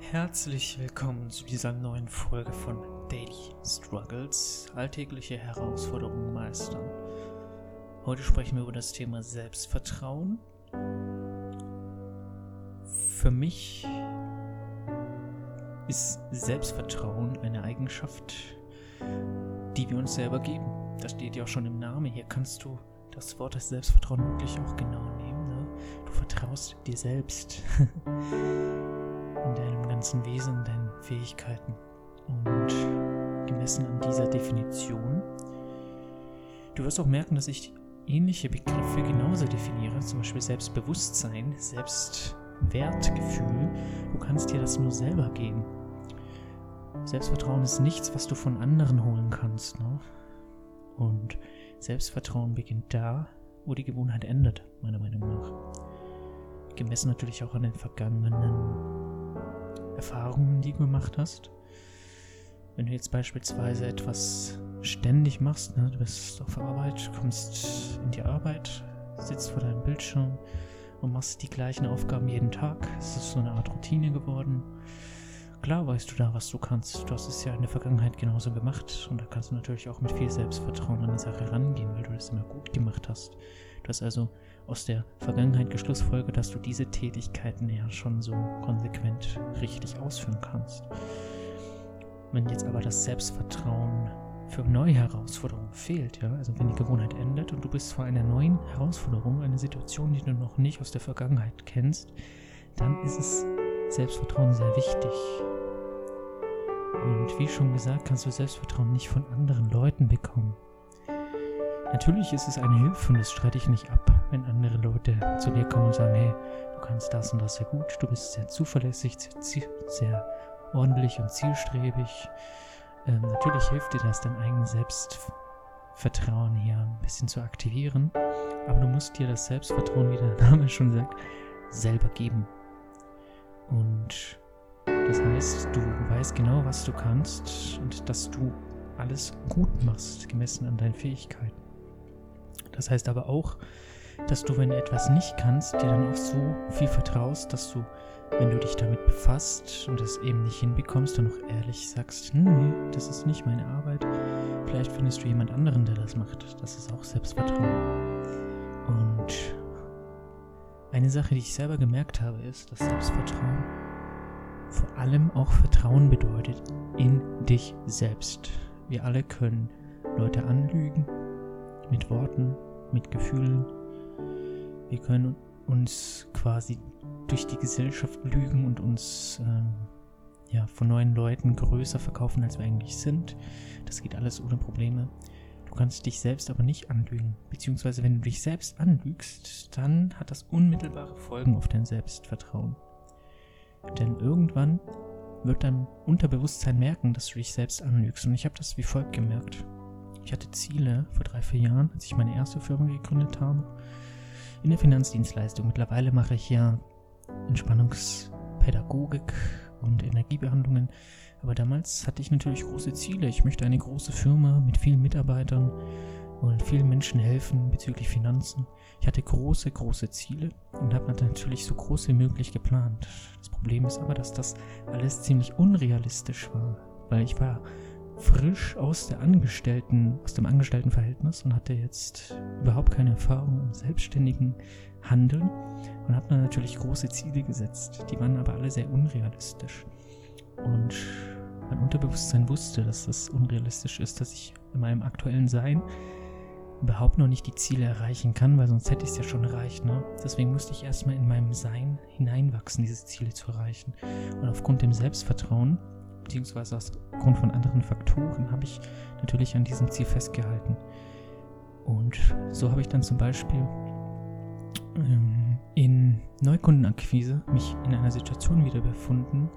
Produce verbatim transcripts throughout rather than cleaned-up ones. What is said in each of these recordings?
Herzlich willkommen zu dieser neuen Folge von Daily Struggles, alltägliche Herausforderungen meistern. Heute sprechen wir über das Thema Selbstvertrauen. Für mich ist Selbstvertrauen eine Eigenschaft, die wir uns selber geben. Das steht ja auch schon im Namen. Hier kannst du das Wort des Selbstvertrauen wirklich auch genau nehmen. Ne? Du vertraust dir selbst. In deinem ganzen Wesen, in deinen Fähigkeiten. Und gemessen an dieser Definition, du wirst auch merken, dass ich ähnliche Begriffe genauso definiere, zum Beispiel Selbstbewusstsein, Selbstwertgefühl. Du kannst dir das nur selber geben. Selbstvertrauen ist nichts, was du von anderen holen kannst. Ne? Und Selbstvertrauen beginnt da, wo die Gewohnheit endet, meiner Meinung nach. Gemessen natürlich auch an den vergangenen Erfahrungen, die du gemacht hast. Wenn du jetzt beispielsweise etwas ständig machst, ne, du bist auf Arbeit, kommst in die Arbeit, sitzt vor deinem Bildschirm und machst die gleichen Aufgaben jeden Tag. Es ist so eine Art Routine geworden. Klar weißt du da, was du kannst. Du hast es ja in der Vergangenheit genauso gemacht und da kannst du natürlich auch mit viel Selbstvertrauen an die Sache rangehen, weil du das immer gut gemacht hast. Du hast also aus der Vergangenheit geschlussfolgert, dass du diese Tätigkeiten ja schon so konsequent richtig ausführen kannst. Wenn jetzt aber das Selbstvertrauen für neue Herausforderungen fehlt, ja, also wenn die Gewohnheit endet und du bist vor einer neuen Herausforderung, einer Situation, die du noch nicht aus der Vergangenheit kennst, dann ist es Selbstvertrauen sehr wichtig. Und wie schon gesagt, kannst du Selbstvertrauen nicht von anderen Leuten bekommen. Natürlich ist es eine Hilfe und das streite ich nicht ab, wenn andere Leute zu dir kommen und sagen, hey, du kannst das und das sehr gut, du bist sehr zuverlässig, sehr, sehr ordentlich und zielstrebig. Ähm, natürlich hilft dir das, dein eigenes Selbstvertrauen hier ein bisschen zu aktivieren, aber du musst dir das Selbstvertrauen, wie der Name schon sagt, selber geben. Und das heißt, du weißt genau, was du kannst und dass du alles gut machst, gemessen an deinen Fähigkeiten. Das heißt aber auch, dass du, wenn du etwas nicht kannst, dir dann auch so viel vertraust, dass du, wenn du dich damit befasst und es eben nicht hinbekommst, dann auch ehrlich sagst, nee, das ist nicht meine Arbeit. Vielleicht findest du jemand anderen, der das macht. Das ist auch Selbstvertrauen. Und eine Sache, die ich selber gemerkt habe, ist, dass Selbstvertrauen vor allem auch Vertrauen bedeutet in dich selbst. Wir alle können Leute anlügen, mit Worten, mit Gefühlen. Wir können uns quasi durch die Gesellschaft lügen und uns ähm, ja, von neuen Leuten größer verkaufen, als wir eigentlich sind. Das geht alles ohne Probleme. Du kannst dich selbst aber nicht anlügen. Beziehungsweise wenn du dich selbst anlügst, dann hat das unmittelbare Folgen auf dein Selbstvertrauen. Denn irgendwann wird dein Unterbewusstsein merken, dass du dich selbst anlügst. Und ich habe das wie folgt gemerkt. Ich hatte Ziele vor drei, vier Jahren, als ich meine erste Firma gegründet habe, in der Finanzdienstleistung. Mittlerweile mache ich ja Entspannungspädagogik und Energiebehandlungen. Aber damals hatte ich natürlich große Ziele. Ich möchte eine große Firma mit vielen Mitarbeitern und vielen Menschen helfen bezüglich Finanzen. Ich hatte große, große Ziele und habe natürlich so groß wie möglich geplant. Das Problem ist aber, dass das alles ziemlich unrealistisch war, weil ich war frisch aus der Angestellten, aus dem Angestelltenverhältnis und hatte jetzt überhaupt keine Erfahrung im selbstständigen Handeln und habe dann natürlich große Ziele gesetzt. Die waren aber alle sehr unrealistisch. Und mein Unterbewusstsein wusste, dass das unrealistisch ist, dass ich in meinem aktuellen Sein überhaupt noch nicht die Ziele erreichen kann, weil sonst hätte ich es ja schon erreicht. Ne? Deswegen musste ich erstmal in meinem Sein hineinwachsen, diese Ziele zu erreichen. Und aufgrund dem Selbstvertrauen beziehungsweise aufgrund von anderen Faktoren habe ich natürlich an diesem Ziel festgehalten. Und so habe ich dann zum Beispiel ähm, in Neukundenakquise mich in einer Situation wieder befunden,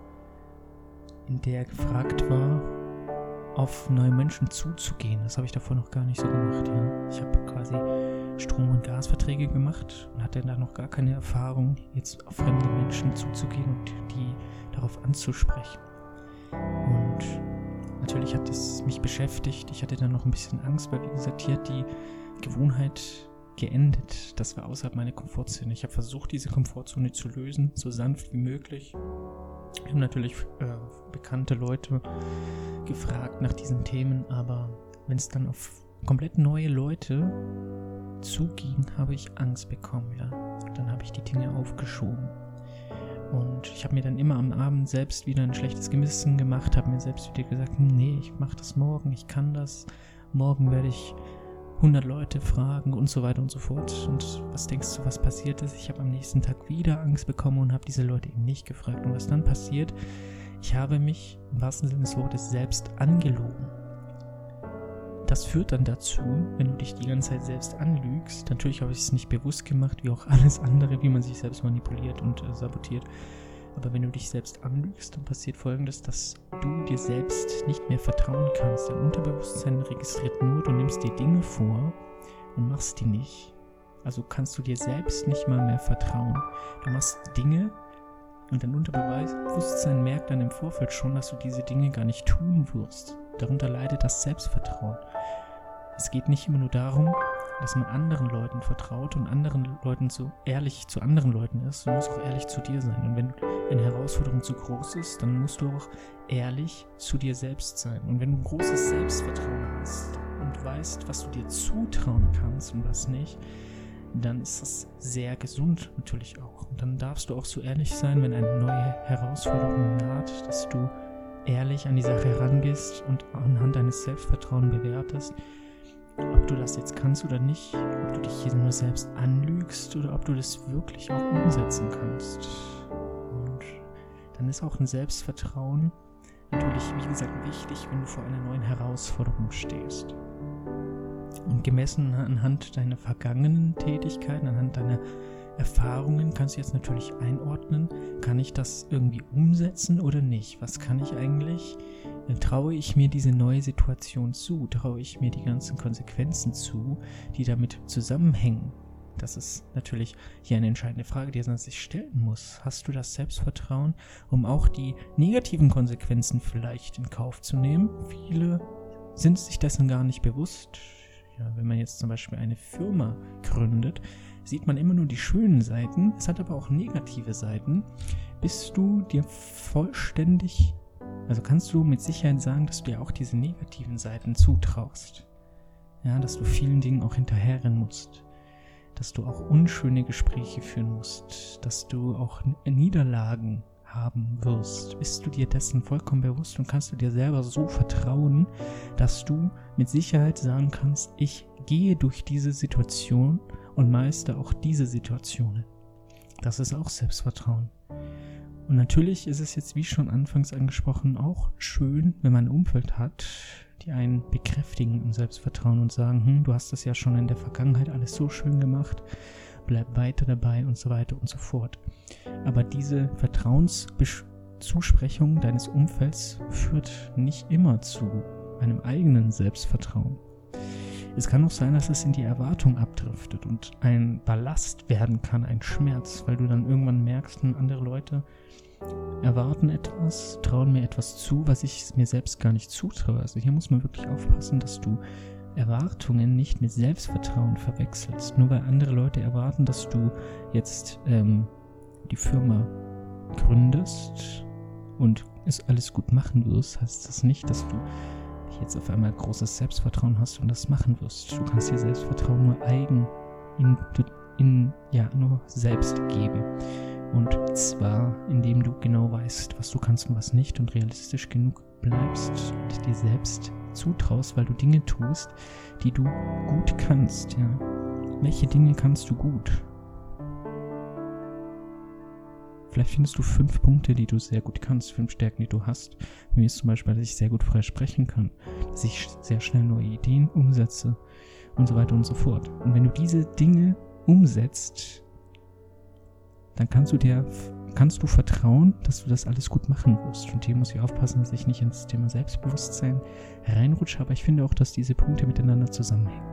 in der gefragt war, auf neue Menschen zuzugehen. Das habe ich davor noch gar nicht so gemacht. Ja. Ich habe quasi Strom- und Gasverträge gemacht und hatte da noch gar keine Erfahrung, jetzt auf fremde Menschen zuzugehen und die darauf anzusprechen. Und natürlich hat es mich beschäftigt. Ich hatte dann noch ein bisschen Angst, weil wie gesagt, hier hat die Gewohnheit geendet. Das war außerhalb meiner Komfortzone. Ich habe versucht, diese Komfortzone zu lösen, so sanft wie möglich. Wir haben natürlich äh, bekannte Leute gefragt nach diesen Themen, aber wenn es dann auf komplett neue Leute zuging, habe ich Angst bekommen, ja. Dann habe ich die Dinge aufgeschoben. Und ich habe mir dann immer am Abend selbst wieder ein schlechtes Gewissen gemacht, habe mir selbst wieder gesagt, nee, ich mache das morgen, ich kann das. Morgen werde ich hundert Leute fragen und so weiter und so fort. Und was denkst du, was passiert ist? Ich habe am nächsten Tag wieder Angst bekommen und habe diese Leute eben nicht gefragt. Und was dann passiert, ich habe mich im wahrsten Sinne des Wortes selbst angelogen. Das führt dann dazu, wenn du dich die ganze Zeit selbst anlügst, natürlich habe ich es nicht bewusst gemacht, wie auch alles andere, wie man sich selbst manipuliert und äh, sabotiert, aber wenn du dich selbst anlügst, dann passiert Folgendes, dass du dir selbst nicht mehr vertrauen kannst. Dein Unterbewusstsein registriert nur, du nimmst dir Dinge vor und machst die nicht. Also kannst du dir selbst nicht mal mehr vertrauen. Du machst Dinge und dein Unterbewusstsein merkt dann im Vorfeld schon, dass du diese Dinge gar nicht tun wirst. Darunter leidet das Selbstvertrauen. Es geht nicht immer nur darum, dass man anderen Leuten vertraut und anderen Leuten so ehrlich zu anderen Leuten ist. Du musst auch ehrlich zu dir sein. Und wenn eine Herausforderung zu groß ist, dann musst du auch ehrlich zu dir selbst sein. Und wenn du ein großes Selbstvertrauen hast und weißt, was du dir zutrauen kannst und was nicht, dann ist das sehr gesund natürlich auch. Und dann darfst du auch so ehrlich sein, wenn eine neue Herausforderung naht, dass du ehrlich an die Sache herangehst und anhand deines Selbstvertrauens bewertest, ob du das jetzt kannst oder nicht, ob du dich hier nur selbst anlügst oder ob du das wirklich auch umsetzen kannst. Und dann ist auch ein Selbstvertrauen natürlich, wie gesagt, wichtig, wenn du vor einer neuen Herausforderung stehst. Und gemessen anhand deiner vergangenen Tätigkeiten, anhand deiner Erfahrungen kannst du jetzt natürlich einordnen, kann ich das irgendwie umsetzen oder nicht? Was kann ich eigentlich? Traue ich mir diese neue Situation zu? Traue ich mir die ganzen Konsequenzen zu, die damit zusammenhängen? Das ist natürlich hier eine entscheidende Frage, die man sich stellen muss. Hast du das Selbstvertrauen, um auch die negativen Konsequenzen vielleicht in Kauf zu nehmen? Viele sind sich dessen gar nicht bewusst. Ja, wenn man jetzt zum Beispiel eine Firma gründet, sieht man immer nur die schönen Seiten, es hat aber auch negative Seiten. Bist du dir vollständig, also kannst du mit Sicherheit sagen, dass du dir auch diese negativen Seiten zutraust. Ja, dass du vielen Dingen auch hinterherrennen musst. Dass du auch unschöne Gespräche führen musst. Dass du auch Niederlagen haben wirst. Bist du dir dessen vollkommen bewusst und kannst du dir selber so vertrauen, dass du mit Sicherheit sagen kannst, ich gehe durch diese Situation und meiste auch diese Situationen. Das ist auch Selbstvertrauen. Und natürlich ist es jetzt, wie schon anfangs angesprochen, auch schön, wenn man ein Umfeld hat, die einen bekräftigen im Selbstvertrauen und sagen, hm, du hast das ja schon in der Vergangenheit alles so schön gemacht, bleib weiter dabei und so weiter und so fort. Aber diese Vertrauenszusprechung deines Umfelds führt nicht immer zu einem eigenen Selbstvertrauen. Es kann auch sein, dass es in die Erwartung abdriftet und ein Ballast werden kann, ein Schmerz, weil du dann irgendwann merkst, andere Leute erwarten etwas, trauen mir etwas zu, was ich mir selbst gar nicht zutraue. Also hier muss man wirklich aufpassen, dass du Erwartungen nicht mit Selbstvertrauen verwechselst. Nur weil andere Leute erwarten, dass du jetzt ähm, die Firma gründest und es alles gut machen wirst, heißt das nicht, dass du jetzt auf einmal großes Selbstvertrauen hast und das machen wirst. Du kannst dir Selbstvertrauen nur eigen, in, in, ja, nur selbst geben. Und zwar, indem du genau weißt, was du kannst und was nicht und realistisch genug bleibst und dir selbst zutraust, weil du Dinge tust, die du gut kannst. Ja. Welche Dinge kannst du gut? Vielleicht findest du fünf Punkte, die du sehr gut kannst, fünf Stärken, die du hast. Bei mir ist zum Beispiel, dass ich sehr gut frei sprechen kann, dass ich sehr schnell neue Ideen umsetze und so weiter und so fort. Und wenn du diese Dinge umsetzt, dann kannst du dir, kannst du vertrauen, dass du das alles gut machen wirst. Und hier muss ich aufpassen, dass ich nicht ins Thema Selbstbewusstsein reinrutsche, aber ich finde auch, dass diese Punkte miteinander zusammenhängen.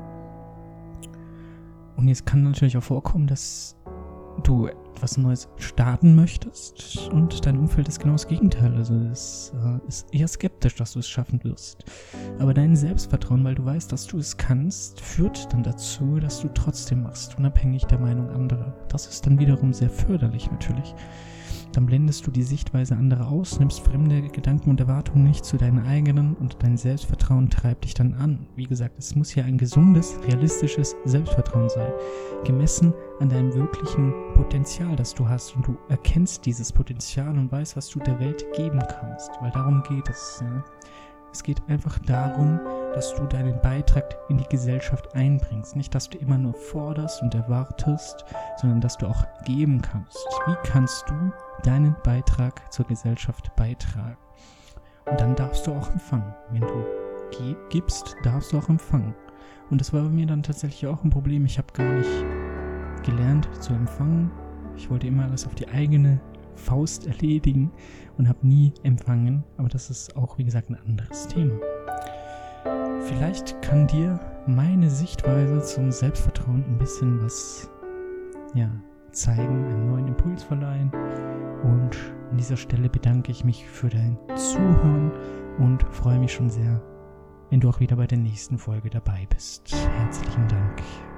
Und jetzt kann natürlich auch vorkommen, dass du etwas Neues starten möchtest und dein Umfeld ist genau das Gegenteil. Also es äh, ist eher skeptisch, dass du es schaffen wirst. Aber dein Selbstvertrauen, weil du weißt, dass du es kannst, führt dann dazu, dass du trotzdem machst, unabhängig der Meinung anderer. Das ist dann wiederum sehr förderlich natürlich. dann blendest du die Sichtweise anderer aus, nimmst fremde Gedanken und Erwartungen nicht zu deinen eigenen und dein Selbstvertrauen treibt dich dann an. Wie gesagt, es muss ja ein gesundes, realistisches Selbstvertrauen sein, gemessen an deinem wirklichen Potenzial, das du hast, und du erkennst dieses Potenzial und weißt, was du der Welt geben kannst, weil darum geht es. Ja? Es geht einfach darum, dass du deinen Beitrag in die Gesellschaft einbringst. Nicht, dass du immer nur forderst und erwartest, sondern dass du auch geben kannst. Wie kannst du deinen Beitrag zur Gesellschaft beitragen? Und dann darfst du auch empfangen. Wenn du ge- gibst, darfst du auch empfangen. Und das war bei mir dann tatsächlich auch ein Problem. Ich habe gar nicht gelernt zu empfangen. Ich wollte immer alles auf die eigene Faust erledigen und habe nie empfangen. Aber das ist auch, wie gesagt, ein anderes Thema. Vielleicht kann dir meine Sichtweise zum Selbstvertrauen ein bisschen was ja, zeigen, einen neuen Impuls verleihen. Und an dieser Stelle bedanke ich mich für dein Zuhören und freue mich schon sehr, wenn du auch wieder bei der nächsten Folge dabei bist. Herzlichen Dank.